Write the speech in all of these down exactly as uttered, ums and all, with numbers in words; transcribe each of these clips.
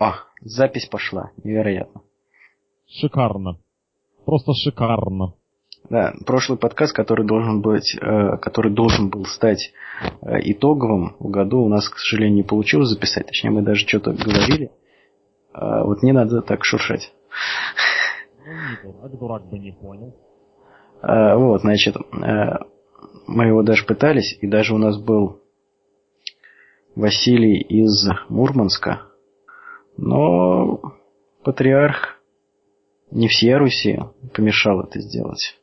А, запись пошла. Невероятно. Шикарно. Просто шикарно. Да, прошлый подкаст, который должен быть, э, который должен был стать э, итоговым в году, у нас, к сожалению, не получилось записать. Точнее, мы даже что-то говорили. А вот не надо так шуршать. Ну, не дурак, дурак бы не понял. А, вот, значит, э, мы его даже пытались, и даже у нас был Василий из Мурманска, но патриарх не всей Руси помешал это сделать.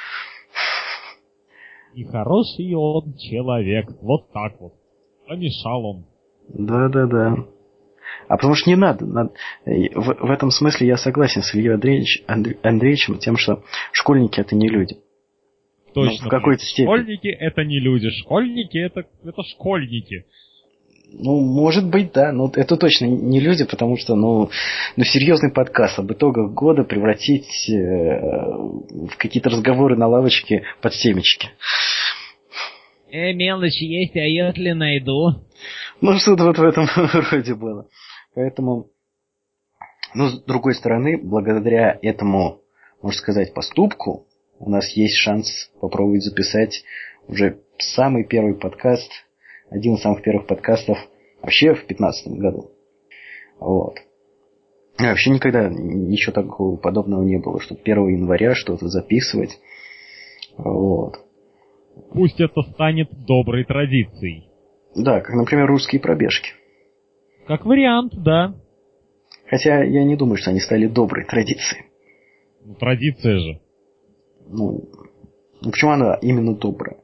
И хороший он человек. Вот так вот. Помешал он. Да-да-да. А потому что не надо. надо. В, в этом смысле я согласен с Ильей Андреевич, Андре, Андреевичем тем, что школьники это не люди. Точно. Ну, в какой-то степени. Школьники это не люди. Школьники это, это школьники. Ну, может быть, да. Но это точно не люди, потому что, ну, ну серьезный подкаст об итогах года превратить э, в какие-то разговоры на лавочке под семечки. Э, мелочь есть, а если найду? Ну, что-то вот в этом роде было. Поэтому, ну, с другой стороны, благодаря этому, можно сказать, поступку, у нас есть шанс попробовать записать уже самый первый подкаст, один из самых первых подкастов вообще в две тысячи пятнадцатом году. Вот. И вообще никогда ничего такого подобного не было, чтобы первого января что-то записывать. Вот. Пусть это станет доброй традицией. Да, как, например, русские пробежки. Как вариант, да. Хотя я не думаю, что они стали доброй традицией. Ну, традиция же. Ну, ну почему она именно добрая?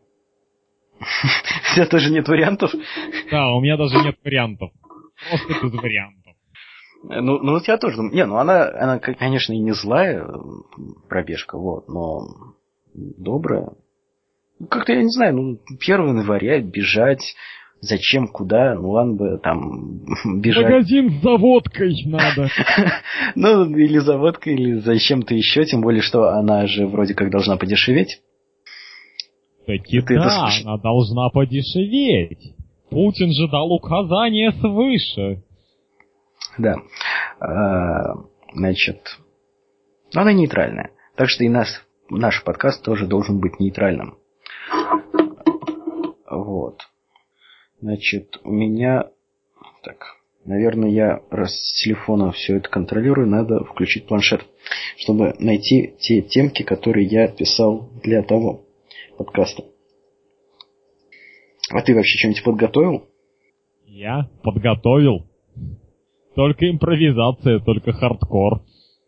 У тебя тоже нет вариантов? Да, у меня даже нет вариантов. Просто без вариантов. Ну, ну у тебя тоже. Не, ну она, она, конечно, и не злая пробежка, вот, но добрая. Ну, как-то, я не знаю, ну, первого января бежать, зачем, куда, ну, ладно бы там бежать. Магазин с заводкой надо. Ну, или заводкой, или зачем-то еще, тем более, что она же вроде как должна подешеветь. Таки да, она должна подешеветь. Путин же дал указание свыше. Да. А, значит, она нейтральная. Так что и нас, наш подкаст тоже должен быть нейтральным. Вот. Значит, у меня... Так, наверное, я раз с телефона все это контролирую, надо включить планшет, чтобы найти те темки, которые я писал для того подкаста. А ты вообще что-нибудь подготовил? Я подготовил. Только импровизация, только хардкор.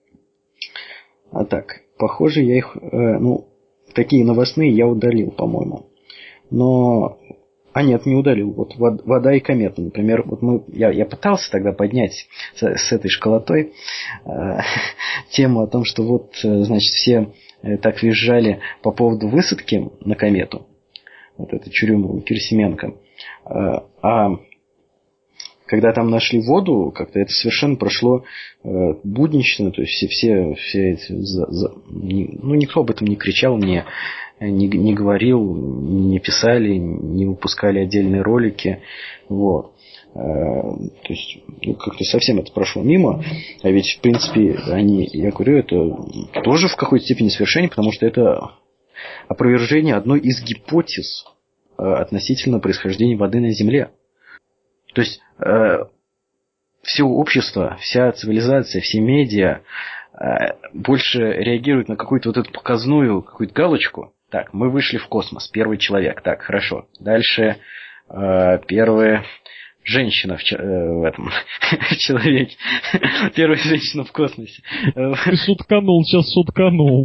А так, похоже, я их... Э, ну, такие новостные я удалил, по-моему. Но... А нет, не удалил. Вот вода и комета, например. Вот мы, я, я пытался тогда поднять с, с этой школотой э, тему о том, что вот, значит, все э, так визжали по поводу высадки на комету. Вот это Чурюмова, Кирсименко. Э, а когда там нашли воду, как-то это совершенно прошло э, буднично. То есть все, все, все эти... За, за, не, ну, никто об этом не кричал, не... Не, не говорил, не писали, не выпускали отдельные ролики. Вот. То есть, ну, как-то совсем это прошло мимо. А ведь, в принципе, они, я говорю, это тоже в какой-то степени совершение, потому что это опровержение одной из гипотез относительно происхождения воды на Земле. То есть, все общество, вся цивилизация, все медиа больше реагируют на какую-то вот эту показную какую-то галочку. Так, мы вышли в космос, первый человек. Так, хорошо. Дальше э, первая женщина в, э, в этом человеке. Первая женщина в космосе. Ты шутканул, сейчас шутканул.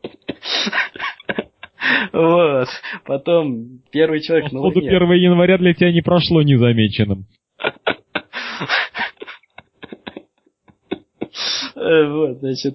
Вот. Потом первый человек на Луне. Походу, первого января для тебя не прошло незамеченным. Вот, значит,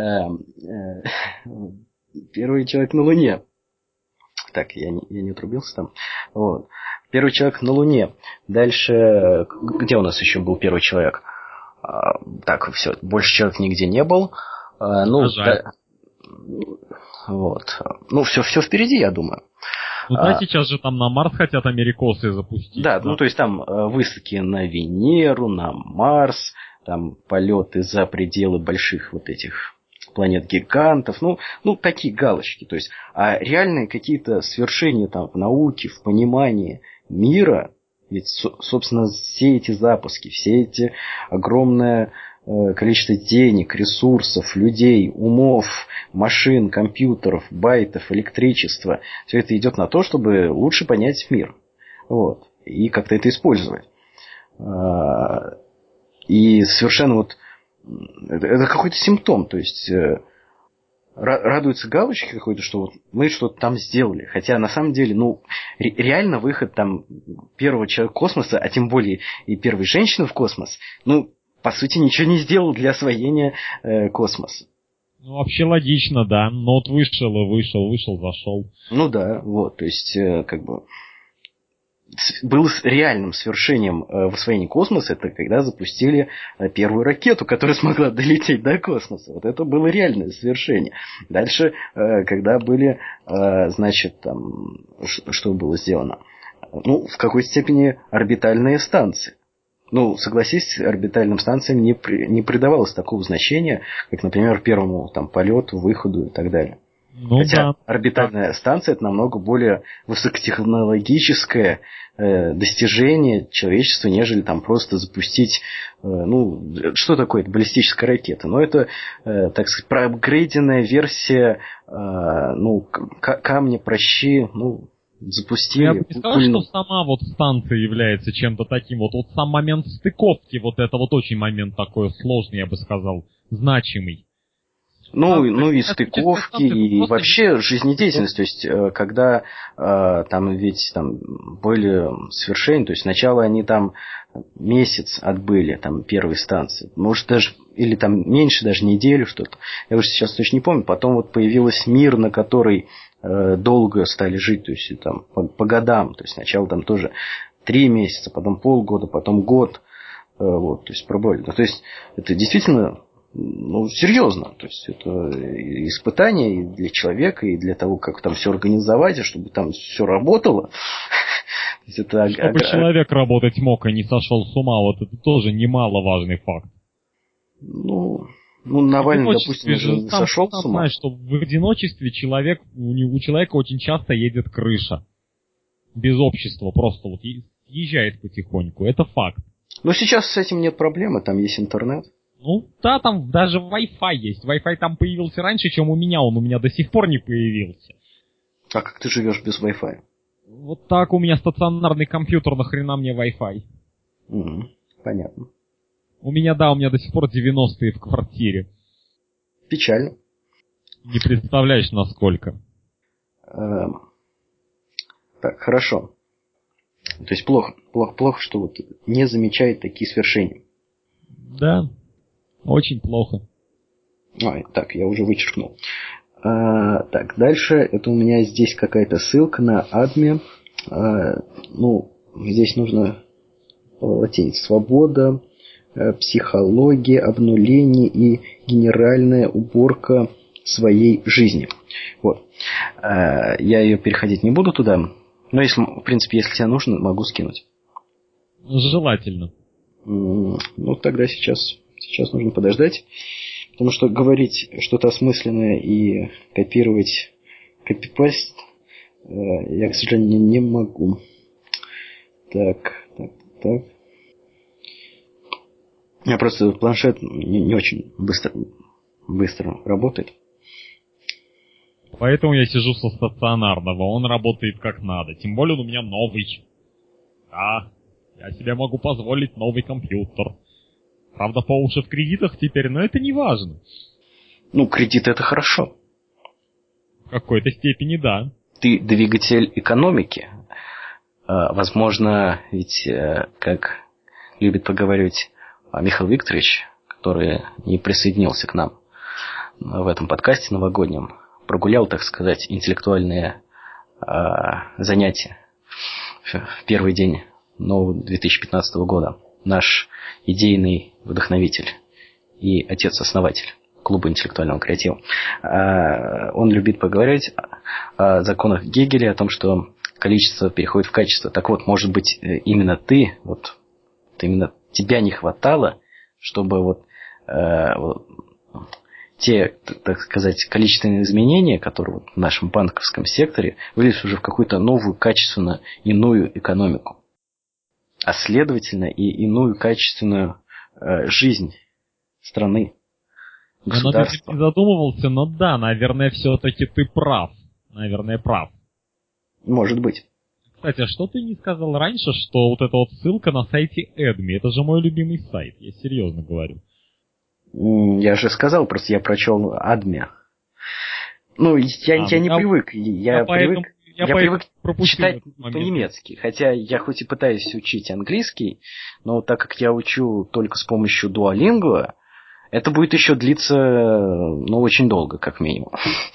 первый человек на Луне. Так, я не, я не отрубился там. Вот. Первый человек на Луне. Дальше, где у нас еще был первый человек? А, так, все, больше человек нигде не был. А, ну, да, вот. Ну, все, все впереди, я думаю. Ну да, а, сейчас же там на Марс хотят америкосы запустить. Да, да, ну то есть там высадки на Венеру, на Марс, там полеты за пределы больших вот этих планет-гигантов, ну, ну, такие галочки. То есть, а реальные какие-то свершения там в науке, в понимании мира, ведь, собственно, все эти запуски, все эти огромное э, количество денег, ресурсов, людей, умов, машин, компьютеров, байтов, электричества, все это идет на то, чтобы лучше понять мир. Вот. И как-то это использовать. И совершенно вот это какой-то симптом. То есть радуются галочки какой-то, что вот мы что-то там сделали. Хотя на самом деле, ну, ре- реально выход там первого человека в космос, а тем более и первой женщины в космос, ну, по сути, ничего не сделал для освоения э, космоса. Ну, вообще логично, да. Но вот вышел и вышел, вышел, зашел. Ну да, вот, то есть, э, как бы, был реальным свершением в освоении космоса, это когда запустили первую ракету, которая смогла долететь до космоса. Вот это было реальное свершение. Дальше, когда были, значит, там, что было сделано? Ну, в какой-то степени орбитальные станции. Ну, согласись, орбитальным станциям не, при, не придавалось такого значения, как, например, первому там, полету, выходу и так далее. Ну, Хотя да. орбитальная станция – это намного более высокотехнологическое э, достижение человечества, нежели там просто запустить, э, ну, что такое это баллистическая ракета? Ну, это, э, так сказать, проапгрейденная версия, э, ну, к- камня, прощи, ну, запустили. Я бы не сказал, что сама вот станция является чем-то таким. Вот, вот сам момент стыковки, вот это вот очень момент такой сложный, я бы сказал, значимый. Ну, а, ну и стыковки, и вообще жизнедеятельность. То есть, когда э, там ведь там были свершения, то есть сначала они там месяц отбыли, там, первой станции, может даже, или там меньше, даже неделю что-то. Я уже сейчас точно не помню. Потом вот появился мир, на который э, долго стали жить, то есть там по, по годам. То есть сначала там тоже три месяца, потом полгода, потом год. Э, вот, то есть пробовали. Ну, то есть это действительно... Ну, серьезно. То есть, это испытание и для человека, и для того, как там все организовать, и чтобы там все работало. Это... Чтобы человек работать мог и не сошел с ума, вот это тоже немаловажный факт. Ну, ну Навальный, допустим, уже не сам, сошел сам с ума. Знаешь, что в одиночестве человек, у, у человека очень часто едет крыша. Без общества, просто вот езжает потихоньку. Это факт. Но сейчас с этим нет проблемы, там есть интернет. Ну, да, там даже Wi-Fi есть. Wi-Fi там появился раньше, чем у меня. Он у меня до сих пор не появился. А как ты живешь без Wi-Fi? Вот так у меня стационарный компьютер, нахрена мне Wi-Fi? Mm-hmm. Понятно. У меня, да, у меня до сих пор девяностые в квартире. Печально. Не представляешь, насколько. Эм... Так, хорошо. То есть плохо, плохо, плохо, что вот не замечает такие свершения. Да. Очень плохо. Ой, так, я уже вычеркнул. А, так, дальше. Это у меня здесь какая-то ссылка на адме. А, ну, здесь нужно латинить. Свобода, психология, обнуление и генеральная уборка своей жизни. Вот. А, я ее переходить не буду туда. Но, если, в принципе, если тебе нужно, могу скинуть. Желательно. Ну, тогда сейчас, сейчас нужно подождать. Потому что говорить что-то осмысленное и копировать копипаст я, к сожалению, не могу. Так, так, так. У меня просто планшет не, не очень быстро, быстро работает. Поэтому я сижу со стационарного. Он работает как надо. Тем более он у меня новый. Да. Я себе могу позволить новый компьютер. Правда, по уши в кредитах теперь, но это не важно. Ну, кредит это хорошо. В какой-то степени, да. Ты двигатель экономики. Возможно, ведь, как любит поговорить Михаил Викторович, который не присоединился к нам в этом подкасте новогоднем, прогулял, так сказать, интеллектуальные занятия в первый день нового две тысячи пятнадцатого года. Наш идейный вдохновитель и отец-основатель клуба интеллектуального креатива. Он любит поговорить о законах Гегеля, о том, что количество переходит в качество. Так вот, может быть, именно ты, вот именно тебя не хватало чтобы вот, э, вот те, так сказать, количественные изменения, которые вот в нашем банковском секторе, вылились уже в какую-то новую, качественно иную экономику. А следовательно, и иную качественную э, жизнь страны, государства. Я над этим не задумывался, но да, наверное, все-таки ты прав. Наверное, прав. Может быть. Кстати, а что ты не сказал раньше, что вот эта вот ссылка на сайте Эдми, это же мой любимый сайт, я серьезно говорю. Я же сказал, просто я прочел Адми. Ну, я, а, я не я, привык. Я, я привык, я я привык читать по-немецки. Хотя я хоть и пытаюсь учить английский, но так как я учу только с помощью Duolingo, это будет еще длиться, ну, очень долго, как минимум.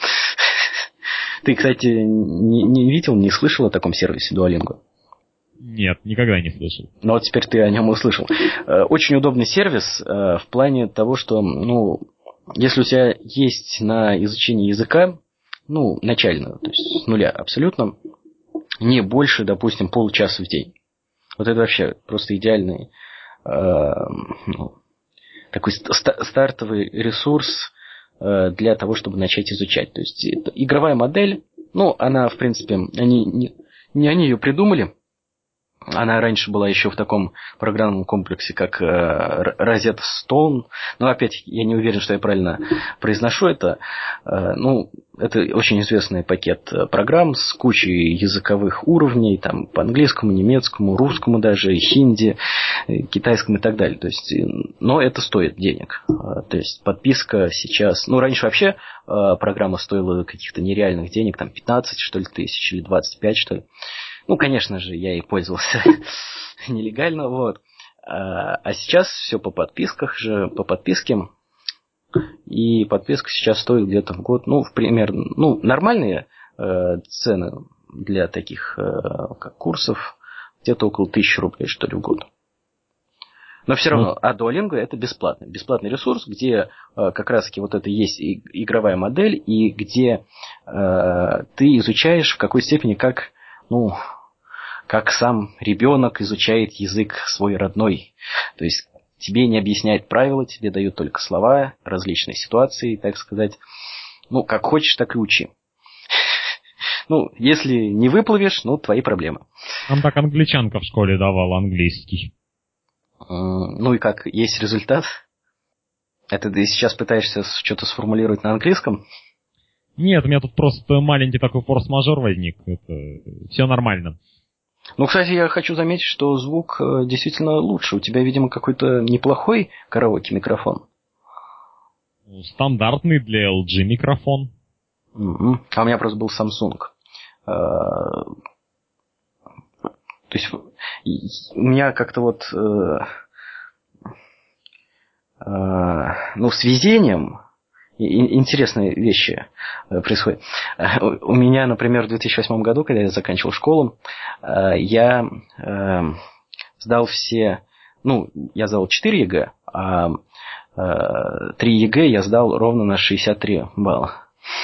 Ты, кстати, не, не видел, не слышал о таком сервисе Duolingo? Нет, никогда не слышал. Ну, вот теперь ты о нем услышал. Очень удобный сервис в плане того, что, ну, если у тебя есть на изучение языка, ну, начально, то есть с нуля абсолютно, не больше, допустим, получаса в день. Вот это вообще просто идеальный э, ну, такой ст- стартовый ресурс э, для того, чтобы начать изучать. То есть это игровая модель, ну, она, в принципе, они не, не они ее придумали. Она раньше была еще в таком программном комплексе, как э, Rosetta Stone. Но опять, я не уверен, что я правильно произношу это. Э, ну, это очень известный пакет программ с кучей языковых уровней, там, по английскому, немецкому, русскому даже, хинди, китайскому и так далее. То есть, но это стоит денег. Э, то есть, подписка сейчас... Ну, раньше вообще э, программа стоила каких-то нереальных денег, там, пятнадцать, что ли, тысяч, или двадцать пять, что ли. Ну, конечно же, я и пользовался нелегально, вот. А сейчас все по подписках же, по подписке. И подписка сейчас стоит где-то в год, ну, в примерно, ну, нормальные э, цены для таких э, как курсов где-то около тысячи рублей, что ли, в год. Но все равно, а Duolingo это бесплатный. Бесплатный ресурс, где э, как раз-таки вот это есть игровая модель, и где э, ты изучаешь в какой степени, как, ну, как сам ребенок изучает язык свой родной. То есть тебе не объясняют правила, тебе дают только слова, различные ситуации, так сказать. Ну, как хочешь, так и учи. Ну, если не выплывешь, ну, твои проблемы. Нам так англичанка в школе давала английский. Ну и как, есть результат? Это ты сейчас пытаешься что-то сформулировать на английском? Нет, у меня тут просто маленький такой форс-мажор возник. Это все нормально. Ну, кстати, я хочу заметить, что звук действительно лучше. У тебя, видимо, какой-то неплохой караоке-микрофон. Стандартный для эл джи микрофон. Mm-hmm. А у меня просто был Samsung. То есть у меня как-то вот ну, с везением интересные вещи происходят. У меня, например, в две тысячи восьмом году, когда я заканчивал школу, я сдал все... Ну, я сдал четыре ЕГЭ, а три ЕГЭ я сдал ровно на шестьдесят три балла.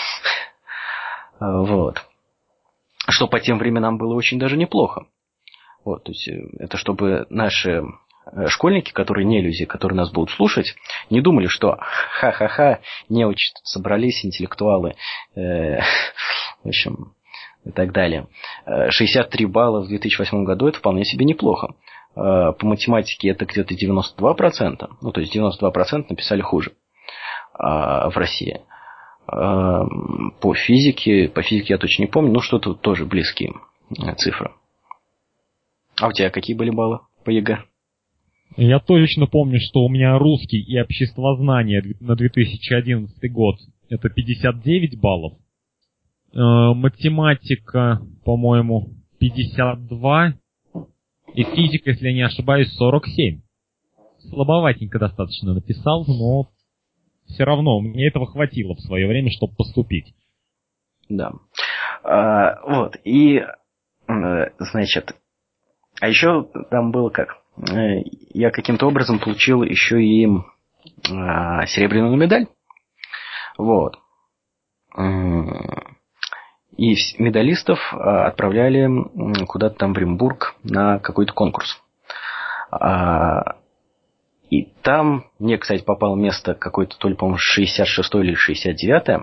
Вот. Что по тем временам было очень даже неплохо. Вот, то есть это чтобы наши школьники, которые не люди, которые нас будут слушать, не думали, что ха-ха-ха, неучи собрались, интеллектуалы, э, в общем, и так далее. шестьдесят три балла в две тысячи восьмом году это вполне себе неплохо. По математике это где-то девяносто два процента, ну, то есть девяносто два процента написали хуже в России. По физике, по физике я точно не помню, но что-то тоже близкие цифры. А у тебя какие были баллы по ЕГЭ? Я точно помню, что у меня русский и обществознание на две тысячи одиннадцатый год это пятьдесят девять баллов. Э, математика, по-моему, пятьдесят два. И физика, если я не ошибаюсь, сорок семь. Слабоватенько достаточно написал, но все равно мне этого хватило в свое время, чтобы поступить. Да. А, вот. И, значит, а еще там было как? Я каким-то образом получил еще и а, серебряную медаль. Вот. И медалистов отправляли куда-то там в Оренбург на какой-то конкурс. И там мне, кстати, попало место какое-то, то ли, по-моему, шестьдесят шестое или шестьдесят девятое.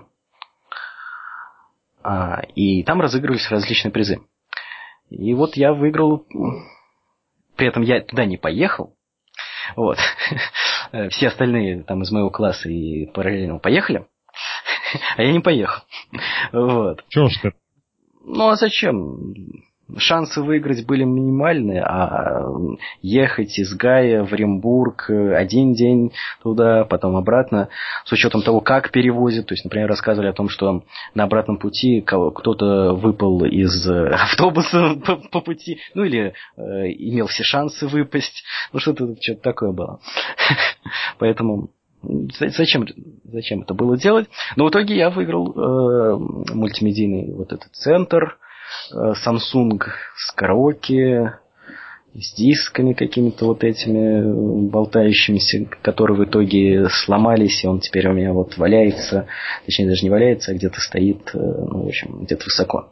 И там разыгрывались различные призы. И вот я выиграл. При этом я туда не поехал. Вот. Все остальные там из моего класса и параллельно поехали. А я не поехал. Вот. Чего ж ты? Ну, а зачем? Шансы выиграть были минимальные, а ехать из Гая в Оренбург один день туда, потом обратно, с учетом того, как перевозят. То есть, например, рассказывали о том, что на обратном пути кто-то выпал из автобуса по, по пути, ну или э, имел все шансы выпасть. Ну, что-то, что-то такое было. Поэтому зачем, зачем это было делать? Но в итоге я выиграл э, мультимедийный вот этот центр, Samsung с караоке, с дисками какими-то вот этими болтающимися, которые в итоге сломались, и он теперь у меня вот валяется, точнее даже не валяется, а где-то стоит, ну, в общем, где-то высоко.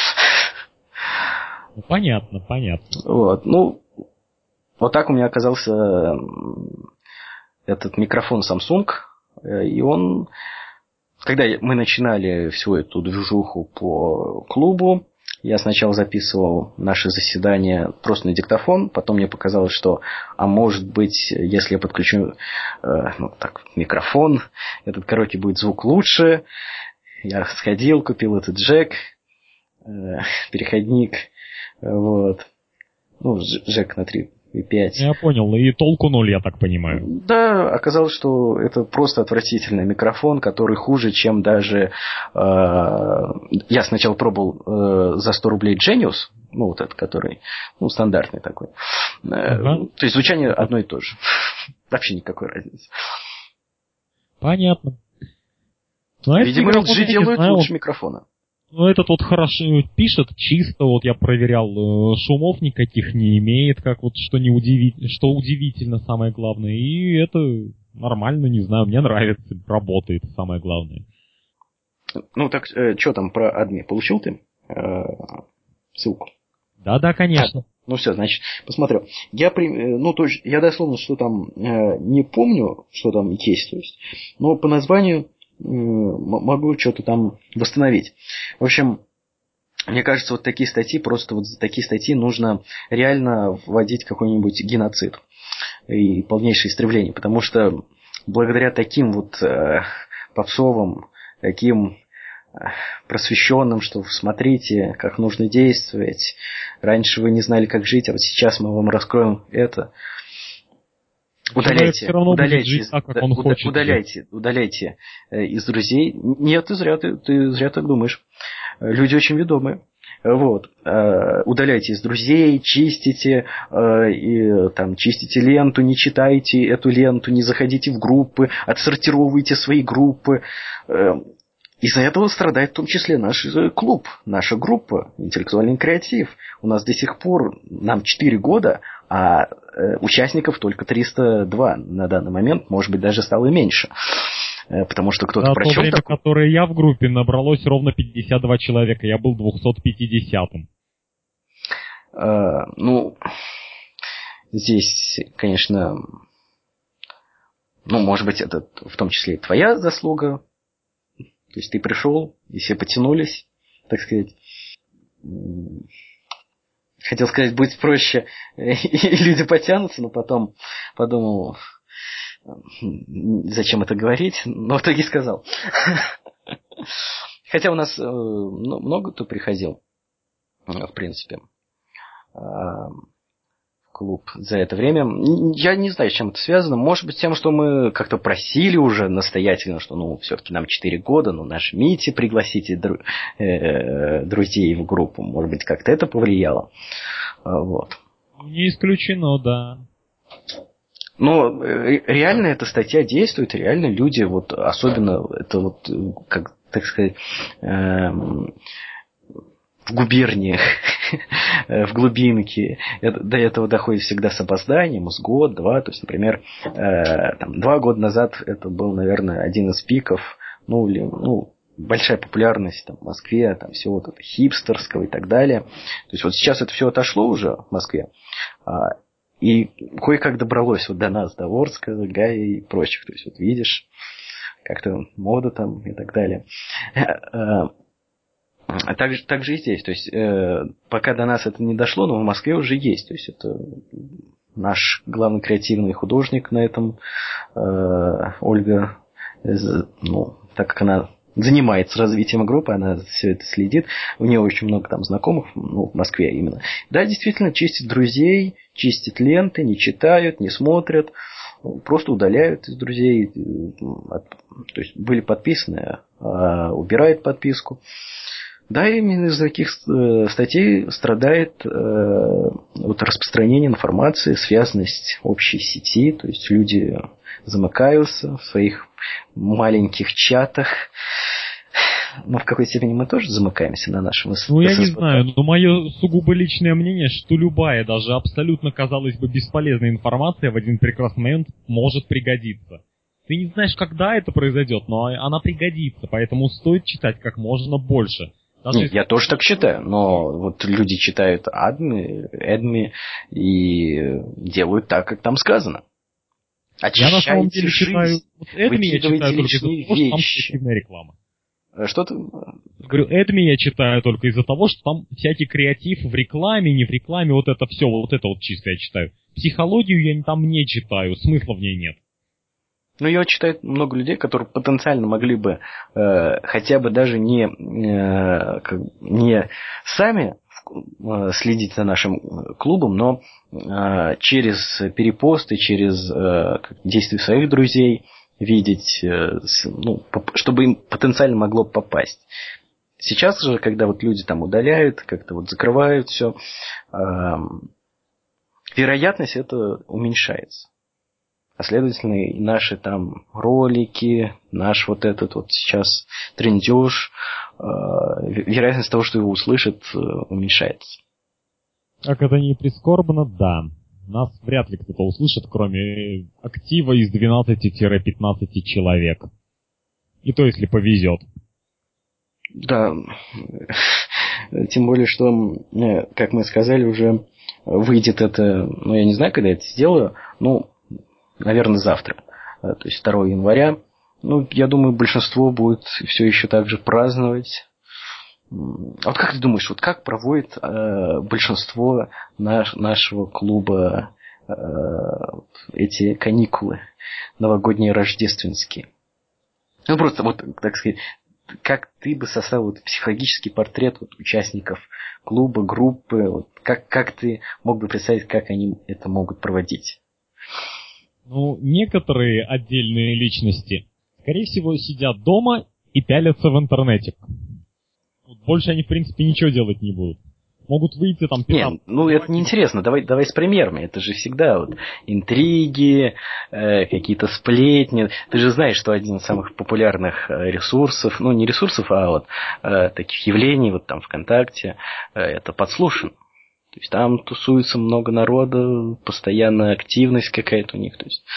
Ну, понятно, понятно. Вот, ну, вот так у меня оказался этот микрофон Samsung, и он, когда мы начинали всю эту движуху по клубу, я сначала записывал наши заседания просто на диктофон, потом мне показалось, что, а может быть, если я подключу э, ну, так, микрофон, этот, короче, будет звук лучше. Я сходил, купил этот джек, э, переходник, вот, ну, джек на три и пять. Я понял, и толку ноль, я так понимаю. Да, оказалось, что это просто отвратительный микрофон, который хуже, чем даже... Э, я сначала пробовал э, за сто рублей Genius, ну, вот этот, который, ну, стандартный такой. Uh-huh. То есть звучание одно и то же. Вообще никакой разницы. Понятно. Знаете, видимо, эл джи делают знаю, лучше микрофона. Ну, этот вот хорошо пишет, чисто, вот я проверял, шумов никаких не имеет, как вот, что, не удиви... что удивительно, самое главное. И это нормально, не знаю, мне нравится, работает, самое главное. Ну, так, э, что там про адми? Получил ты э, ссылку? Да-да, конечно. А, ну, все, значит, посмотрю. Я, ну, то есть, я дословно, что там, э, не помню, что там есть, то есть, но по названию могу что-то там восстановить. В общем, мне кажется, вот такие статьи, просто вот за такие статьи нужно реально вводить какой-нибудь геноцид и полнейшее истребление, потому что благодаря таким вот э, попсовым, таким э, просвещенным, что смотрите, как нужно действовать, раньше вы не знали, как жить, а вот сейчас мы вам раскроем это. Удаляйте, удаляйте, так, как он уда, хочет, удаляйте, удаляйте э, из друзей. Нет, ты зря, ты, ты зря так думаешь. Люди очень ведомые. Вот. Э, удаляйте из друзей, чистите, э, и, там, чистите ленту, не читайте эту ленту, не заходите в группы, отсортировывайте свои группы. Э, Из-за этого страдает в том числе наш клуб, наша группа «Интеллектуальный креатив». У нас до сих пор, нам четыре года, а э, участников только триста два на данный момент, может быть, даже стало меньше. Э, потому что кто-то За прочел... то время, так... которое я в группе, набралось ровно пятьдесят два человека, я был двухсот пятидесятым. Э, ну, здесь, конечно, ну, может быть, это в том числе и твоя заслуга. То есть ты пришел, и все потянулись, так сказать. Хотел сказать, будет проще, и люди потянутся, но потом подумал, зачем это говорить, но в итоге сказал. Хотя у нас много кто приходил, в принципе, клуб за это время. Я не знаю, с чем это связано. Может быть, тем, что мы как-то просили уже настоятельно, что, ну, все-таки нам четыре года, ну, нажмите, пригласите дру- э- друзей в группу. Может быть, как-то это повлияло. Вот. Не исключено, да. Но реально эта статья действует, реально люди, вот, особенно, это вот, как, так сказать, эм, в губерниях, в глубинке, это, до этого доходит всегда с опозданием, с год, два. То есть, например, э, там, два года назад это был, наверное, один из пиков, ну, или, ну, большая популярность там, в Москве, там, всего вот это хипстерского и так далее. То есть, вот сейчас это все отошло уже в Москве. и кое-как добралось вот до нас, до Орска, Гая и прочих. То есть, вот видишь, как-то мода там и так далее. А также, также и здесь. То есть, э, пока до нас это не дошло, но в Москве уже есть. То есть, это наш главный креативный художник на этом, э, Ольга, э, ну, так как она занимается развитием группы, она все это следит. У нее очень много там знакомых, ну, в Москве именно. Да, действительно, чистит друзей, чистит ленты, не читают, не смотрят, просто удаляют из друзей. То есть, были подписаны, а убирают подписку. Да, именно из таких статей страдает э, вот распространение информации, связанность общей сети. То есть люди замыкаются в своих маленьких чатах. Но в какой-то степени мы тоже замыкаемся на нашем СС. Ну, я не знаю, но мое сугубо личное мнение, что любая, даже абсолютно, казалось бы, бесполезная информация в один прекрасный момент может пригодиться. Ты не знаешь, когда это произойдет, но она пригодится, поэтому стоит читать как можно больше. Даже Нет, я тоже так считаю, но вот люди читают адми, эдми и делают так, как там сказано. Я на самом деле жизнь, читаю... Вот эдми я читаю только из-за того, что там креативная реклама. Что ты? Говорю, эдми я читаю только из-за того, что там всякий креатив в рекламе, не в рекламе, вот это все, вот это вот чисто я читаю. Психологию я там не читаю, смысла в ней нет. Ну, ее читает много людей, которые потенциально могли бы э, хотя бы даже не, э, как, не сами э, следить за нашим клубом, но э, через перепосты, через э, действия своих друзей видеть, э, ну, чтобы им потенциально могло попасть. Сейчас же, когда вот люди там удаляют, как-то вот закрывают все, э, вероятность это уменьшается. А следовательно, и наши там ролики, наш вот этот вот сейчас трендеж, э, вероятность того, что его услышат, э, уменьшается. Как это ни прискорбно, да. Нас вряд ли кто-то услышит, кроме актива из двенадцати-пятнадцати человек. И то, если повезет. Да. Тем более, что, как мы сказали, уже выйдет это, ну, я не знаю, когда я это сделаю, ну, наверное, завтра, то есть второго января. Ну, я думаю, большинство будет все еще так же праздновать. А вот как ты думаешь, вот как проводит э, большинство наш, нашего клуба э, эти каникулы новогодние, рождественские? Ну, просто вот, так сказать, как ты бы составил вот психологический портрет вот, участников клуба, группы, вот, как, как ты мог бы представить, как они это могут проводить? Ну, некоторые отдельные личности, скорее всего, сидят дома и пялятся в интернете. Больше они, в принципе, ничего делать не будут. Могут выйти там... Нет, ну это неинтересно. Давай, давай с примерами. Это же всегда вот интриги, э, какие-то сплетни. Ты же знаешь, что один из самых популярных ресурсов, ну не ресурсов, а вот э, таких явлений, вот там ВКонтакте, э, это подслушан. То есть там тусуется много народа, постоянная активность какая-то у них. То есть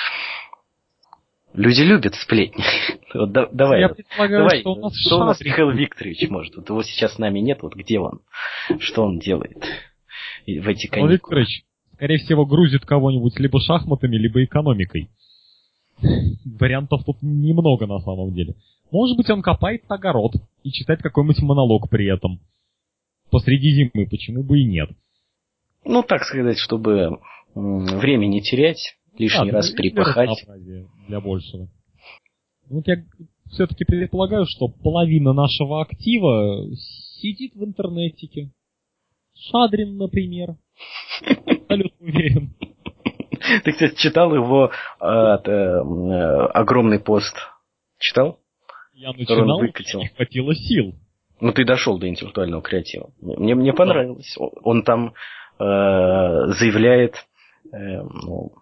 люди любят сплетни. Вот да, давай. Я вот, предполагаю, давай, что у нас, что у нас Михаил Викторович может? Вот его сейчас с нами нет, вот где он? Что он делает в эти каникулы? Михаил Викторович, скорее всего, грузит кого-нибудь либо шахматами, либо экономикой. Вариантов тут немного на самом деле. Может быть, он копает огород и читает какой-нибудь монолог при этом. Посреди зимы, почему бы и нет. Ну, так сказать, чтобы время не терять, лишний а, раз перепахать. Для большего. Вот я все-таки предполагаю, что половина нашего актива сидит в интернетике. Шадрин, например. Абсолютно уверен. Ты, кстати, читал его э, э, огромный пост? Читал? Я начинал, не хватило сил. Ну, ты дошел до интеллектуального креатива. Мне, мне понравилось. Да. Он там э, заявляет... Э, ну,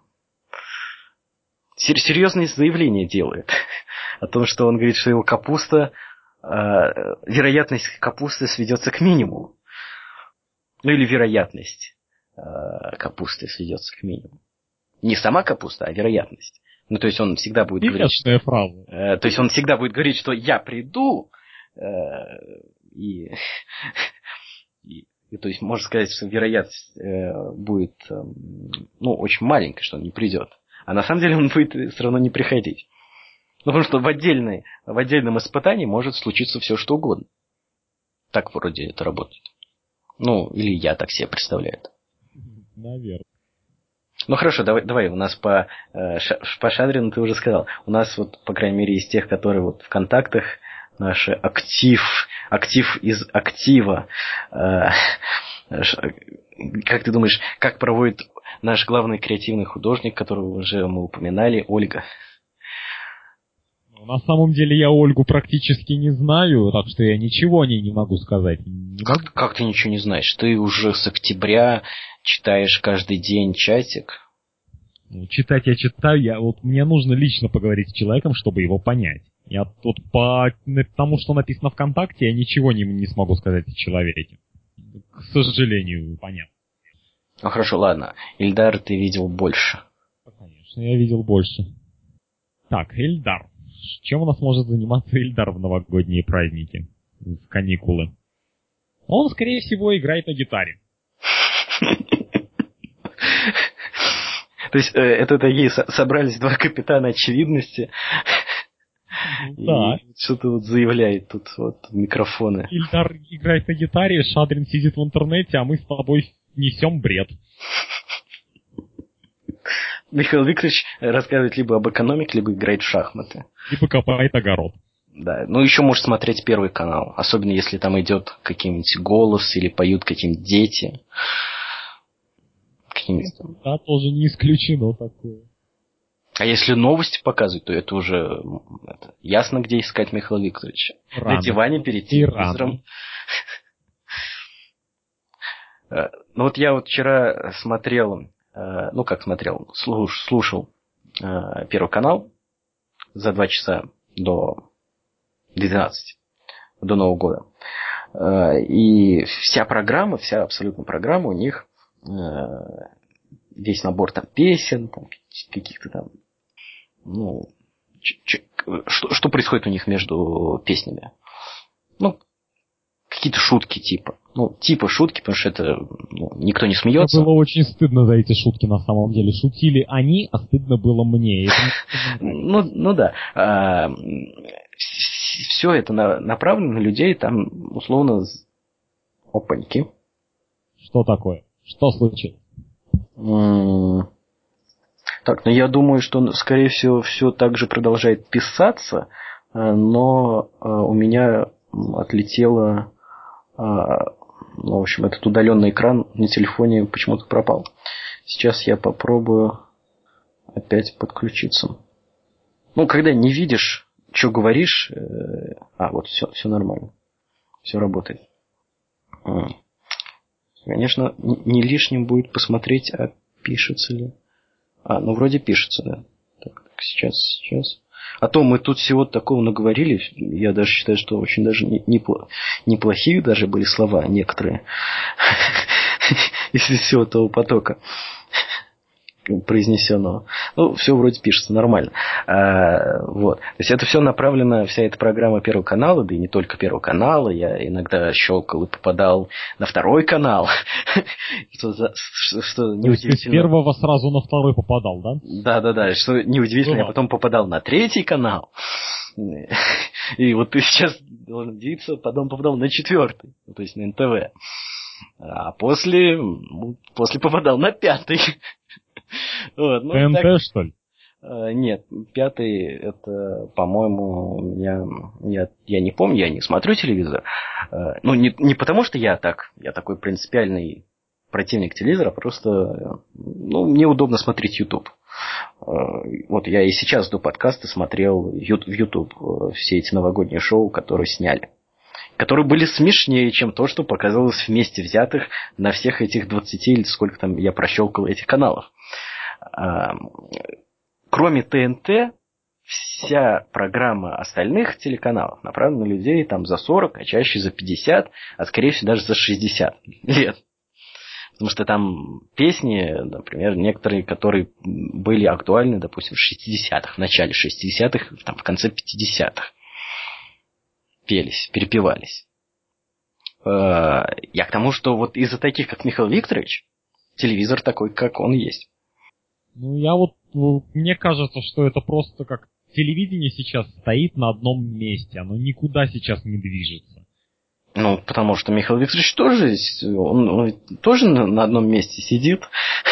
серьезные заявления делает о том, что он говорит, что его капуста, э, вероятность капусты сведется к минимуму. Ну или вероятность э, капусты сведется к минимуму. Не сама капуста, а вероятность. Ну то есть он всегда будет говорить, что, фраза. Э, то есть он всегда будет говорить, что я приду э, и, и И, то есть, можно сказать, что вероятность э, будет э, ну, очень маленькая, что он не придет. А на самом деле он будет все равно не приходить. Ну, потому что в, отдельной, в отдельном испытании может случиться все, что угодно. Так вроде это работает. Ну, или я так себе представляю это. Наверное. Ну, хорошо, давай, давай у нас по, э, по Шадрину ты уже сказал. У нас вот, по крайней мере, из тех, которые вот в контактах, наши актив, актив из актива. Э, как ты думаешь, как проводит наш главный креативный художник, которого уже мы упоминали, Ольга? На самом деле я Ольгу практически не знаю, так что я ничего о ней не могу сказать. Не могу. Как, как ты ничего не знаешь? Ты уже с октября читаешь каждый день чатик? Ну, читать я читаю, я, вот мне нужно лично поговорить с человеком, чтобы его понять. Я тут по тому, что написано ВКонтакте, я ничего не, не смогу сказать о человеке. К сожалению, понятно. Ну хорошо, ладно. Ильдар ты видел больше. Конечно, я видел больше. Так, Ильдар. Чем у нас может заниматься Ильдар в новогодние праздники? В каникулы? Он, скорее всего, играет на гитаре. То есть это такие собрались два капитана очевидности. Да. Что-то вот заявляет тут вот микрофоны. Ильдар играет на гитаре, Шадрин сидит в интернете, а мы с тобой несем бред. Михаил Викторович рассказывает либо об экономике, либо играет в шахматы. Либо копает огород. Да, ну еще можешь смотреть Первый канал. Особенно если там идет какой-нибудь голос или поют какие-нибудь дети. Какие-нибудь там. Да, тоже не исключено такое. А если новости показывают, то это уже это, ясно, где искать Михаила Викторовича. Рано. На диване перед телевизором. Ну вот я вот вчера смотрел, ну как смотрел, слушал Первый канал за два часа до двенадцати, до Нового года. И вся программа, вся абсолютно программа у них, весь набор там песен, там, каких-то там, ну, ч- ч- что, что происходит у них между песнями? Ну, какие-то шутки типа. Ну, типа шутки, потому что это ну, никто не смеется. Мне было очень стыдно за эти шутки, на самом деле. Шутили они, а стыдно было мне. Ну, ну да. А, все это на, направлено на людей, там, условно, опаньки. Что такое? Что случилось? Так, ну я думаю, что, скорее всего, все так же продолжает писаться, но у меня отлетело, ну, в общем, этот удаленный экран на телефоне почему-то пропал. Сейчас я попробую опять подключиться. Ну, когда не видишь, что говоришь, а, вот все, все нормально, все работает. Конечно, не лишним будет посмотреть, а пишется ли. А, ну вроде пишется, да. Так, так, сейчас, сейчас. А то мы тут всего такого наговорили, я даже считаю, что очень даже неплохие даже были слова некоторые из всего того потока произнесенного. Ну, все вроде пишется нормально. А, вот. То есть это все направлено, вся эта программа Первого канала, да и не только Первого канала. Я иногда щелкал и попадал на Второй канал. Что, что, что неудивительно. С первого сразу на второй попадал, да? Да, да, да. Что неудивительно, я потом попадал на Третий канал. И вот ты сейчас должен удивиться, потом попадал на Четвертый, то есть на эн тэ вэ. А после, после попадал на Пятый. Вот, ну, ТНТ, так, что ли? Э, нет, Пятый, это, по-моему, у меня, я, я не помню, я не смотрю телевизор. Э, ну, не, не потому, что я так, я такой принципиальный противник телевизора, просто, ну, мне удобно смотреть YouTube. Э, вот я и сейчас до подкаста смотрел в YouTube все эти новогодние шоу, которые сняли. Которые были смешнее, чем то, что показывалось вместе взятых на всех этих двадцати или сколько там я прощелкал этих каналов. Кроме ТНТ, вся программа остальных телеканалов направлена на людей там за сорок, а чаще за пятьдесят, а скорее всего даже за шестьдесят лет. Потому что там песни, например, некоторые, которые были актуальны, допустим, в шестидесятых, в начале шестидесятых, там, в конце пятидесятых. Пелись, перепевались. Я к тому, что вот из-за таких, как Михаил Викторович, телевизор такой, как он есть. Ну, я вот, мне кажется, что это просто как телевидение сейчас стоит на одном месте, оно никуда сейчас не движется. Ну, потому что Михаил Викторович тоже, он, он тоже на, на одном месте сидит.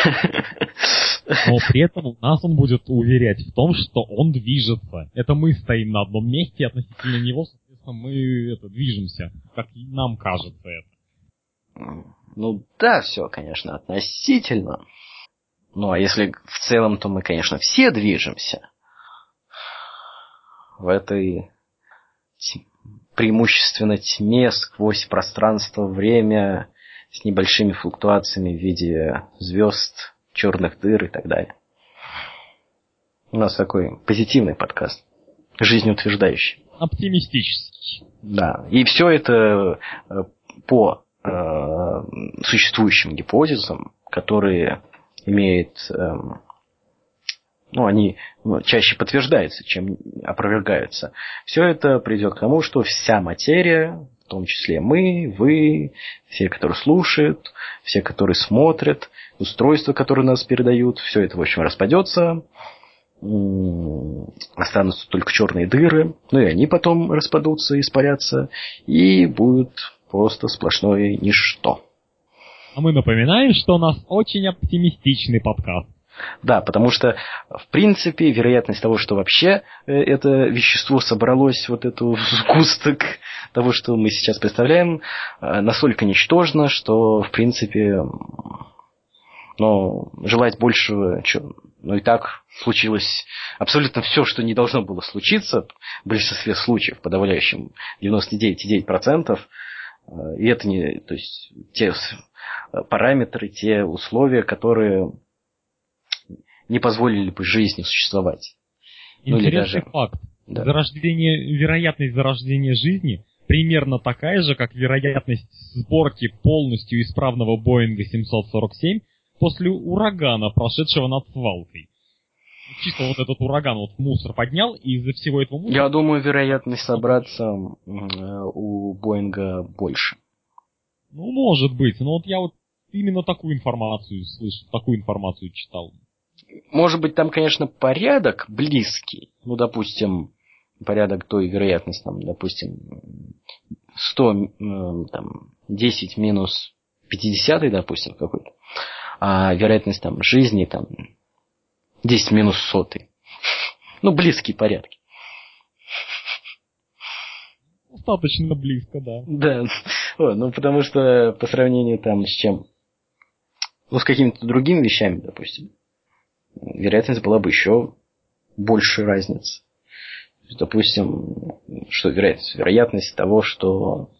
Но при этом нас он будет уверять в том, что он движется. Это мы стоим на одном месте, и относительно него, соответственно, мы это, движемся, как нам кажется это. Ну да, все, конечно, относительно. Ну, а если в целом, то мы, конечно, все движемся в этой преимущественно тьме сквозь пространство, время, с небольшими флуктуациями в виде звезд, черных дыр и так далее. У нас такой позитивный подкаст, жизнеутверждающий. Оптимистический. Да, и все это по э, существующим гипотезам, которые имеют... Э, ну, они чаще подтверждаются, чем опровергаются. Все это придет к тому, что вся материя, в том числе мы, вы, все, которые слушают, все, которые смотрят, устройства, которые нас передают, все это, в общем, распадется. Останутся только черные дыры, ну и они потом распадутся, испарятся, и будет просто сплошное ничто. А мы напоминаем, что у нас очень оптимистичный подкаст. Да, потому что, в принципе, вероятность того, что вообще это вещество собралось, вот эту сгусток того, что мы сейчас представляем, настолько ничтожна, что, в принципе, ну, желать большего, что, ну и так случилось абсолютно все, что не должно было случиться, в большинстве случаев, подавляющем девяносто девять целых девять десятых процента, и это не, то есть, те параметры, те условия, которые не позволили бы жизни существовать. Интересный ну, или даже... факт. Да. Зарождение, вероятность зарождения жизни примерно такая же, как вероятность сборки полностью исправного Боинга семьсот сорок семь после урагана, прошедшего над свалкой. Чисто вот этот ураган вот мусор поднял, и из-за всего этого мусора... Я думаю, вероятность собраться у Боинга больше. Ну, может быть. Но вот я вот именно такую информацию слышал, такую информацию читал. Может быть, там, конечно, порядок близкий. Ну, допустим, порядок той вероятности, там, допустим, сто, там, десять минус пятьдесят, допустим, какой-то. А вероятность там жизни там десять минус сотый. Ну, близкие порядки. Достаточно близко, да. Да. О, ну, потому что по сравнению там с чем? Ну, с какими-то другими вещами, допустим, вероятность была бы еще больше разницы. Допустим, что вероятность? Вероятность того, что...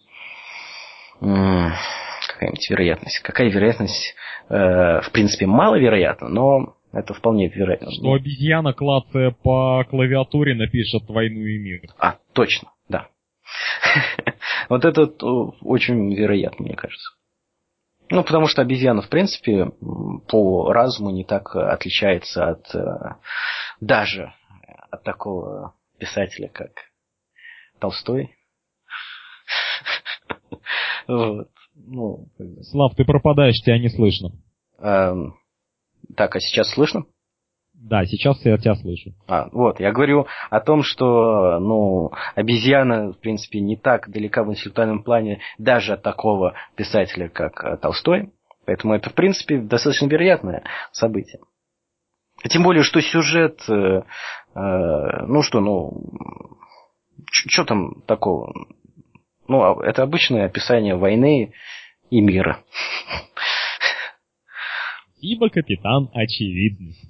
Какая-нибудь вероятность. Какая вероятность? Э, в принципе, маловероятна, но это вполне вероятно. Что обезьяна, клацая по клавиатуре, напишет «Войну и мир». А, точно, да. Вот это очень вероятно, мне кажется. Ну, потому что обезьяна, в принципе, по разуму не так отличается от даже от такого писателя, как Толстой. Вот. Ну, Слав, ты пропадаешь, тебя не слышно. Эм, так, а сейчас слышно? Да, сейчас я тебя слышу. А, вот, я говорю о том, что, ну, обезьяна, в принципе, не так далека в интеллектуальном плане даже от такого писателя, как Толстой. Поэтому это, в принципе, достаточно вероятное событие. Тем более, что сюжет, э, э, ну что, ну, что там такого? Ну, это обычное описание войны и мира. Ибо капитан очевидность.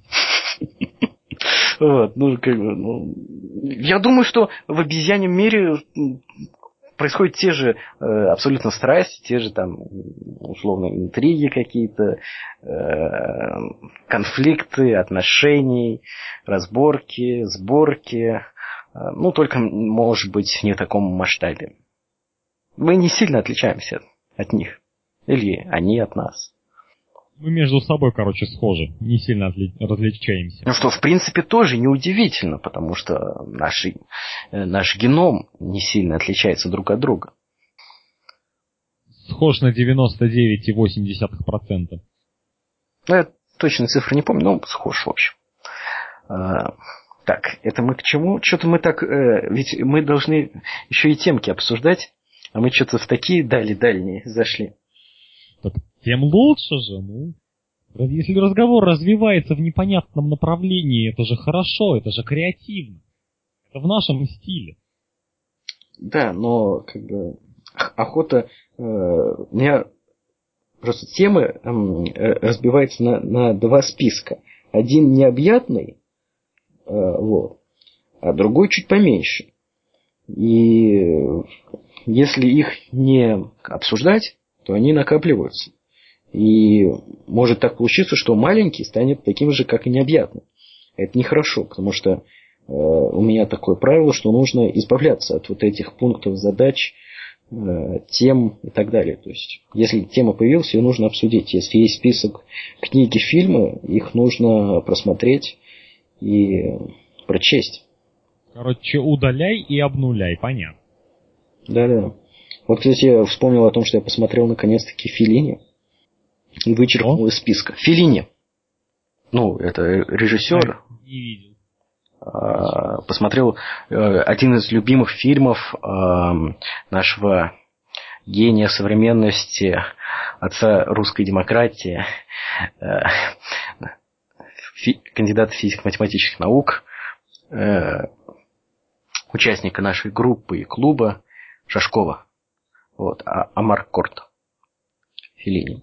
Вот, ну, как бы, ну, я думаю, что в обезьяньем мире происходят те же э, абсолютно страсти, те же там, условно, интриги какие-то, э, конфликты, отношения, разборки, сборки. Э, ну, только, может быть, не в таком масштабе. Мы не сильно отличаемся от них. Или они от нас. Мы между собой, короче, схожи. Не сильно отли- различаемся. Ну что, в принципе, тоже неудивительно, потому что наши, наш геном не сильно отличается друг от друга. схож на девяносто девять целых восемь десятых процента. Ну, я точно цифры не помню, но схож, в общем. А, так, это мы к чему? Что-то мы так... Э, ведь мы должны еще и темки обсуждать, а мы что-то в такие дали-дальние зашли. Так тем лучше же, ну. Если разговор развивается в непонятном направлении, это же хорошо, это же креативно. Это в нашем стиле. Да, но как бы охота... Э, у меня просто темы э, разбиваются на, на два списка. Один необъятный, э, вот, а другой чуть поменьше. И если их не обсуждать, то они накапливаются. И может так получиться, что маленький станет таким же, как и необъятный. Это нехорошо, потому что э, у меня такое правило, что нужно избавляться от вот этих пунктов задач, э, тем и так далее. То есть, если тема появилась, ее нужно обсудить. Если есть список книги, фильмы, их нужно просмотреть и прочесть. Короче, удаляй и обнуляй, понятно. Да-да. Вот, кстати, я вспомнил о том, что я посмотрел наконец-таки Феллини. И вычеркнул из списка. Феллини. Ну, это режиссер. А, не видел. А, посмотрел а, один из любимых фильмов а, нашего гения современности, отца русской демократии, а, фи, кандидата физико-математических наук, а, участника нашей группы и клуба Шашкова. Вот, а, Амаркорд. Феллини.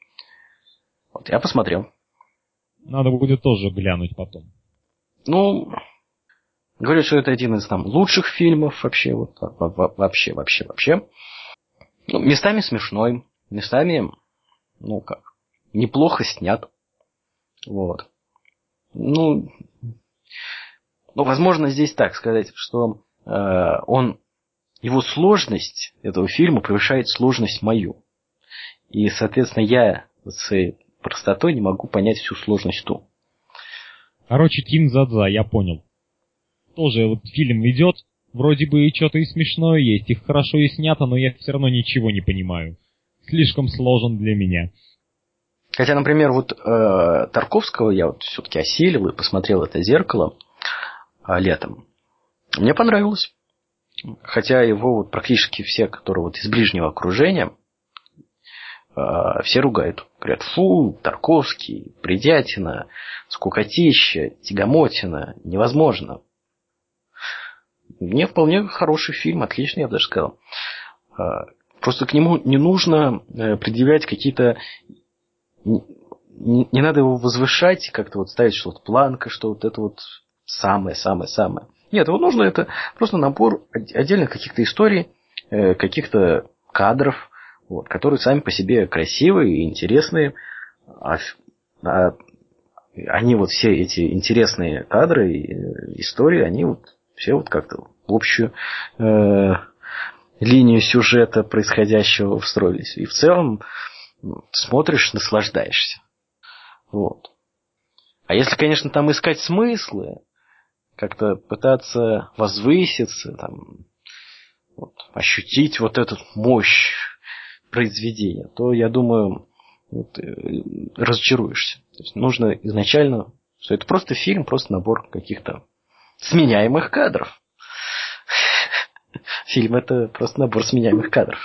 Вот, я посмотрел. Надо будет тоже глянуть потом. Ну, говорю, что это один из там лучших фильмов вообще, вот, вообще, вообще, вообще. Ну, местами смешной, местами, ну как, неплохо снят. Вот. Ну, ну, возможно, здесь так сказать, что э, он, его сложность этого фильма превышает сложность мою. И, соответственно, я с простотой не могу понять всю сложность ту. Короче, Кин Дза-Дза, я понял. Тоже вот фильм идет, вроде бы и что-то и смешное есть, и хорошо и снято, но я все равно ничего не понимаю. Слишком сложен для меня. Хотя, например, вот э, Тарковского я вот все-таки осилил и посмотрел это «Зеркало» э, летом. Мне понравилось. Хотя его вот практически все, которые вот из ближнего окружения, все ругают. Говорят, фу, Тарковский, бредятина, скукотища, тягомотина, невозможно. Мне вполне хороший фильм, отличный, я бы даже сказал. Просто к нему не нужно предъявлять какие-то... Не надо его возвышать, как-то вот ставить, что вот планка, что вот это вот самое-самое-самое. Нет, вот нужно это просто набор отдельных каких-то историй, каких-то кадров, вот, которые сами по себе красивые и интересные. А, а, они вот все эти интересные кадры и истории, они вот все вот как-то в общую э, линию сюжета происходящего встроились. И в целом смотришь, наслаждаешься. Вот. А если, конечно, там искать смыслы, как-то пытаться возвыситься, там, вот, ощутить вот эту мощь произведения, то, я думаю, вот, разочаруешься. То есть нужно изначально, что это просто фильм, просто набор каких-то сменяемых кадров. Фильм — это просто набор сменяемых кадров.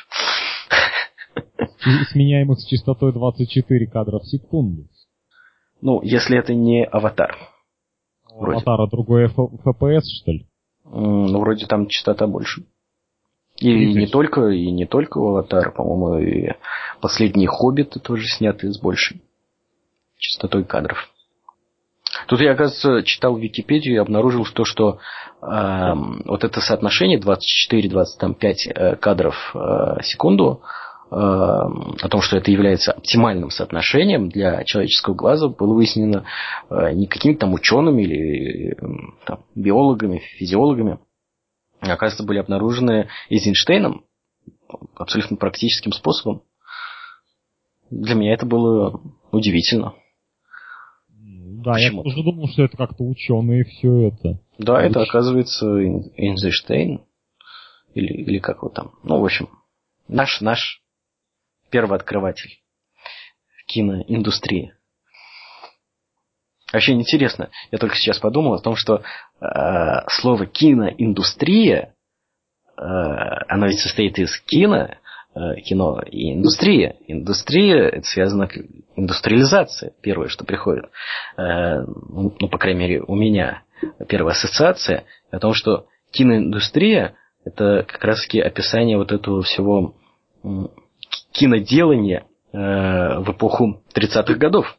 Сменяемых с частотой двадцать четыре кадра в секунду. Ну, если это не «Аватар». У «Аватара» другой эф пи эс, что ли? Ну, вроде там частота больше. И не только, и не только у «Аватара», по-моему, и «Последние хоббиты» тоже сняты с большей частотой кадров. Тут я, оказывается, читал Википедию и обнаружил то, что э, вот это соотношение двадцать четыре - двадцать пять кадров э, в секунду, э, о том, что это является оптимальным соотношением для человеческого глаза, было выяснено э, не какими-то там учеными или э, там, биологами, физиологами. Оказывается, были обнаружены Эйзенштейном абсолютно практическим способом. Для меня это было удивительно. Да, почему-то. Я тоже думал, что это как-то ученые все это. Да, это, оказывается, Эйзенштейн. Или, или как вот там. Ну, в общем, наш, наш первооткрыватель киноиндустрии. Вообще интересно, я только сейчас подумал о том, что э, слово киноиндустрия, э, оно ведь состоит из кино, э, кино и индустрия. Индустрия, это связано с индустриализацией, первое, что приходит. Э, ну, по крайней мере, у меня первая ассоциация о том, что киноиндустрия – это как раз-таки описание вот этого всего киноделания э, в эпоху тридцатых годов.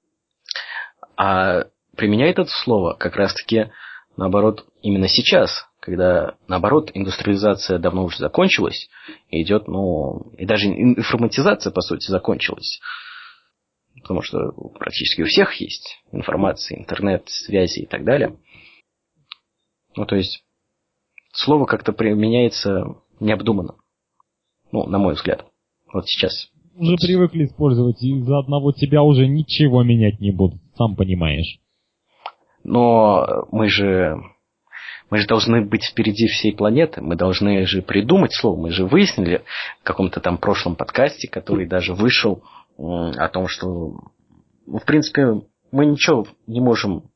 А применяет это слово как раз-таки, наоборот, именно сейчас, когда, наоборот, индустриализация давно уже закончилась, и идет, ну, и даже информатизация, по сути, закончилась. Потому что практически у всех есть информация, интернет, связи и так далее. Ну, то есть, слово как-то применяется необдуманно. Ну, на мой взгляд. Вот сейчас. Уже привыкли использовать, и из-за одного тебя уже ничего менять не будут, сам понимаешь. Но мы же, мы же должны быть впереди всей планеты, мы должны же придумать слово. Мы же выяснили в каком-то там прошлом подкасте, который даже вышел, о том, что, в принципе, мы ничего не можем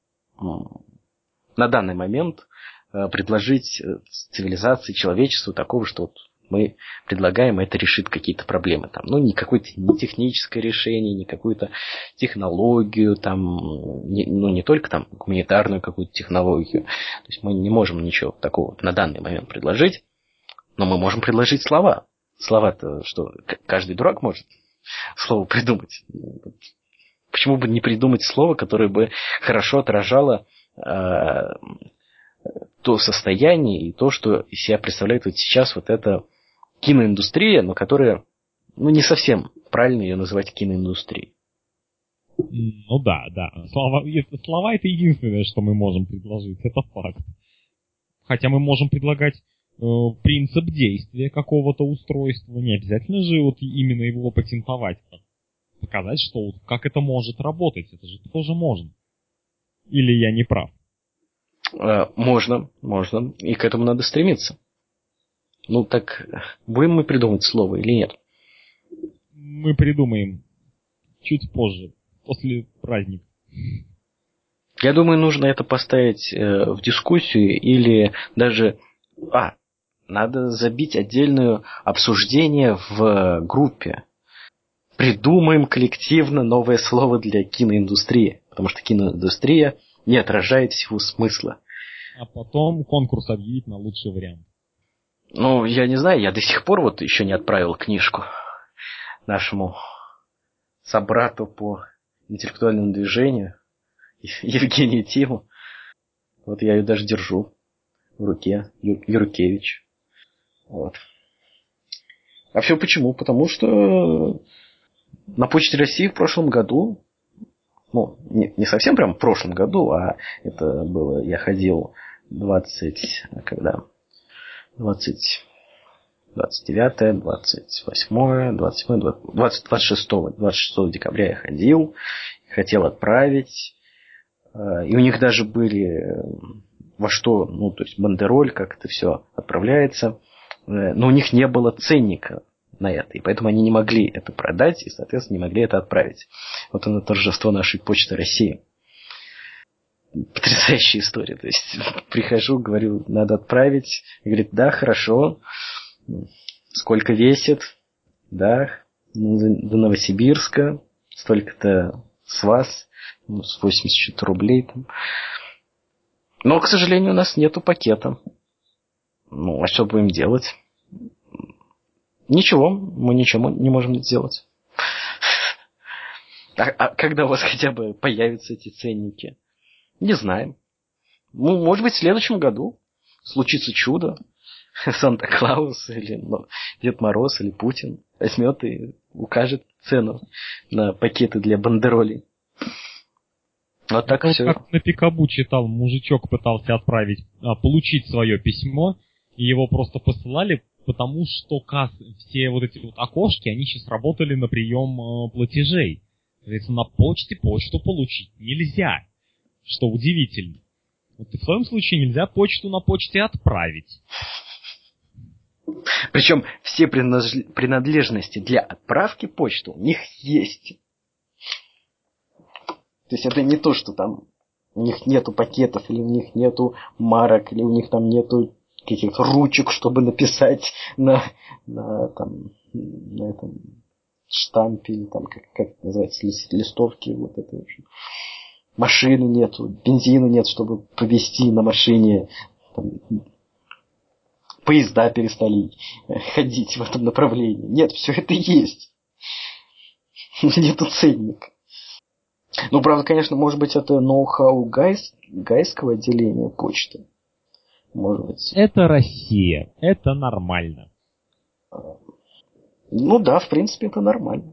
на данный момент предложить цивилизации, человечеству такого, что вот мы предлагаем, это решит какие-то проблемы. Там, ну, не какое-то не техническое решение, не какую-то технологию, там, не, ну, не только там гуманитарную какую-то технологию. То есть мы не можем ничего такого на данный момент предложить, но мы можем предложить слова. Слова-то что, каждый дурак может слово придумать. Почему бы не придумать слово, которое бы хорошо отражало э, то состояние и то, что из себя представляет вот сейчас вот эта киноиндустрия, но которая, ну, не совсем правильно ее называть киноиндустрией. Ну да, да. Слова, слова это единственное, что мы можем предложить, это факт. Хотя мы можем предлагать э, принцип действия какого-то устройства, не обязательно же вот именно его патентовать. Показать, что вот, как это может работать, это же тоже можно. Или я не прав? Можно, можно, и к этому надо стремиться. Ну так, будем мы придумать слово или нет? Мы придумаем чуть позже, после праздника. Я думаю, нужно это поставить э, в дискуссию или даже... А, надо забить отдельное обсуждение в группе. Придумаем коллективно новое слово для киноиндустрии, потому что киноиндустрия не отражает всего смысла. А потом конкурс объявить на лучший вариант. Ну, я не знаю, я до сих пор вот еще не отправил книжку нашему собрату по интеллектуальному движению, Евгению Тиму. Вот я ее даже держу в руке, Ю- Юркевич. Вот. А все почему? Потому что на Почте России в прошлом году, ну, не, не совсем прям в прошлом году, а это было, я ходил двадцать, когда... двадцать, двадцать девятое, двадцать восьмое, двадцать седьмое, двадцать, двадцать шестое, двадцать шестого декабря я ходил, хотел отправить. И у них даже были во что, ну, то есть бандероль, как это все отправляется. Но у них не было ценника на это. И поэтому они не могли это продать и, соответственно, не могли это отправить. Вот оно торжество нашей Почты России. Потрясающая история. То есть прихожу, говорю, надо отправить. И говорит, да, хорошо. Сколько весит? Да, до Новосибирска. Столько-то с вас. Ну, с восемьдесят рублей. Там. Но, к сожалению, у нас нету пакета. Ну, а что будем делать? Ничего, мы ничего не можем сделать. А, а когда у вас хотя бы появятся эти ценники? Не знаем. Ну, может быть, в следующем году случится чудо. Санта-Клаус или ну, Дед Мороз или Путин возьмет и укажет цену на пакеты для бандеролей. Вот так Это все. Вот как на Пикабу читал, мужичок пытался отправить, а, получить свое письмо, и его просто посылали, потому что касс, все вот эти вот окошки, они сейчас работали на прием э, платежей. Соответственно, на почте почту получить нельзя, что удивительно. Вот и в своем случае нельзя почту на почте отправить. Причем все принадлежности для отправки почты у них есть. То есть это не то, что там у них нету пакетов, или у них нету марок, или у них там нету каких-то ручек, чтобы написать на, на, там, на этом штампе, или там, как, как это называется, листовки, вот это, в общем. Машины нету, бензина нет, чтобы повезти на машине. Там, поезда перестали ходить в этом направлении. Нет, все это есть. Нету ценника. Ну, правда, конечно, может быть, это ноу-хау гайс, гайского отделения почты. Может быть. Это Россия. Это нормально. Ну да, в принципе, это нормально.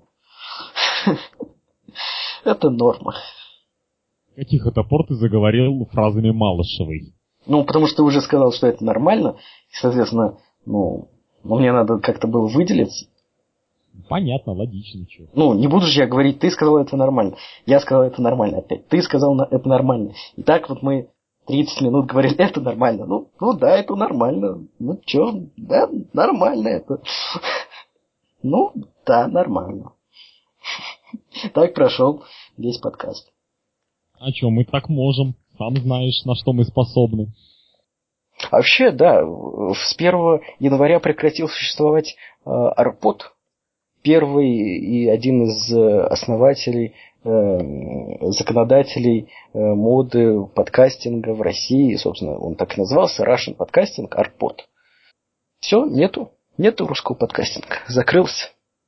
Это норма. Каких это пор ты заговорил фразами Малышевой? Ну, потому что ты уже сказал, что это нормально. И, соответственно, ну, мне надо как-то было выделиться. Понятно, логично. Чё. Ну, не буду же я говорить, ты сказал, это нормально. Я сказал, это нормально опять. Ты сказал, это нормально. И так вот мы тридцать минут говорили, это нормально. Ну, ну да, это нормально. Ну, чё, да, нормально это. Ну, да, нормально. Так прошел весь подкаст. А чё, мы так можем. Сам знаешь, на что мы способны. Вообще, да, с первого января прекратил существовать э, Арпод. Первый и один из основателей, э, законодателей э, моды подкастинга в России, собственно, он так и назывался, Russian Podcasting, Арпод. Все, нету, нету русского подкастинга, закрылся.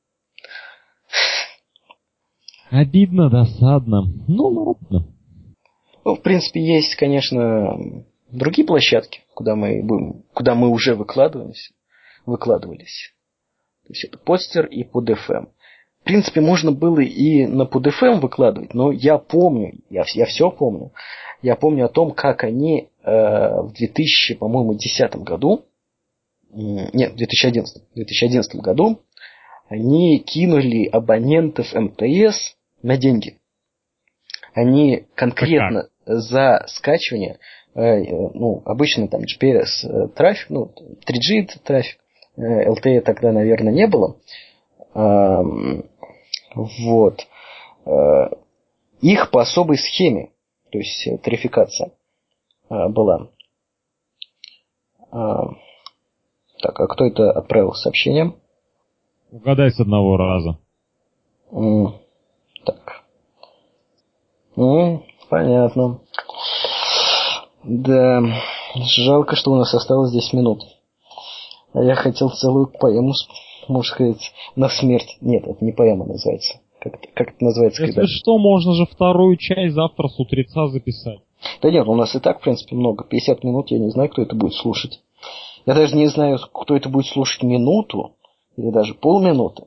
Обидно, досадно. Ну, ладно. Ну, в принципе, есть, конечно, другие площадки, куда мы будем, куда мы уже выкладываемся, выкладывались. То есть это Podster и PodFM. В принципе, можно было и на PodFM выкладывать, но я помню, я, я все помню, я помню о том, как они э, в две тысячи десятом году, э, нет, в две тысячи одиннадцатом, в две тысячи одиннадцатом году они кинули абонентов эм тэ эс на деньги. Они конкретно за скачивание, э, ну, обычно там джи пи эс трафик, ну, три джи трафик, эл ти и тогда, наверное, не было. Вот. Их по особой схеме, то есть тарификация была. Так, а кто это отправил сообщение? Угадай с одного раза. Так. Ну, понятно. Да, жалко, что у нас осталось десять минут. А я хотел целую поэму, можно сказать, на смерть. Нет, это не поэма называется. Как это, как это называется? Если когда... что, можно же вторую часть завтра с утреца записать. Да нет, у нас и так, в принципе, много. пятьдесят минут, я не знаю, кто это будет слушать. Я даже не знаю, кто это будет слушать минуту или даже полминуты.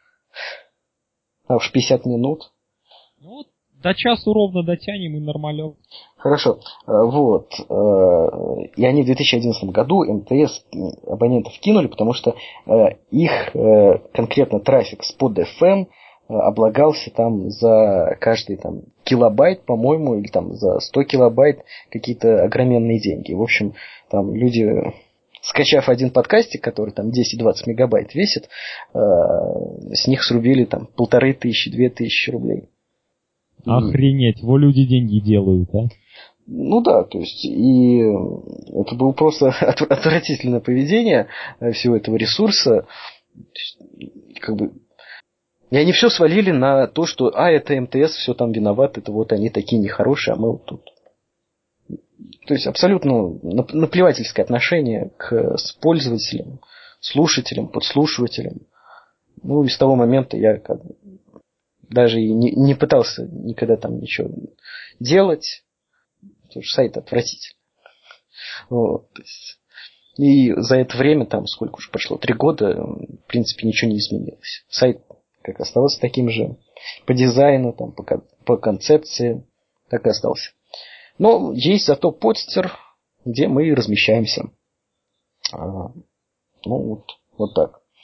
А уж пятьдесят минут. Ну вот, до часу ровно дотянем и нормалек. Хорошо. Вот. И они в две тысячи одиннадцатом году эм тэ эс абонентов кинули, потому что их конкретно трафик с PodFM облагался там за каждый там килобайт, по-моему, или там за сто килобайт какие-то огроменные деньги. В общем, там люди, скачав один подкастик, который там десять-двадцать мегабайт весит, с них срубили там полторы тысячи, две тысячи рублей. Охренеть, во люди деньги делают, а? Ну да, то есть, и это было просто отвратительное поведение всего этого ресурса. Как бы, и они все свалили на то, что, а, это эм тэ эс, все там виноват, это вот они такие нехорошие, а мы вот тут. То есть, абсолютно наплевательское отношение к пользователям, слушателям, подслушивателям. Ну, и с того момента я как бы даже и не, не пытался никогда там ничего делать, потому что сайт отвратительный. Вот, то есть, и за это время, там, сколько уже прошло, три года, в принципе, ничего не изменилось. Сайт как остался таким же по дизайну, там, по, по концепции, так и остался. Но есть зато подстер, где мы размещаемся. А, ну, вот, вот так.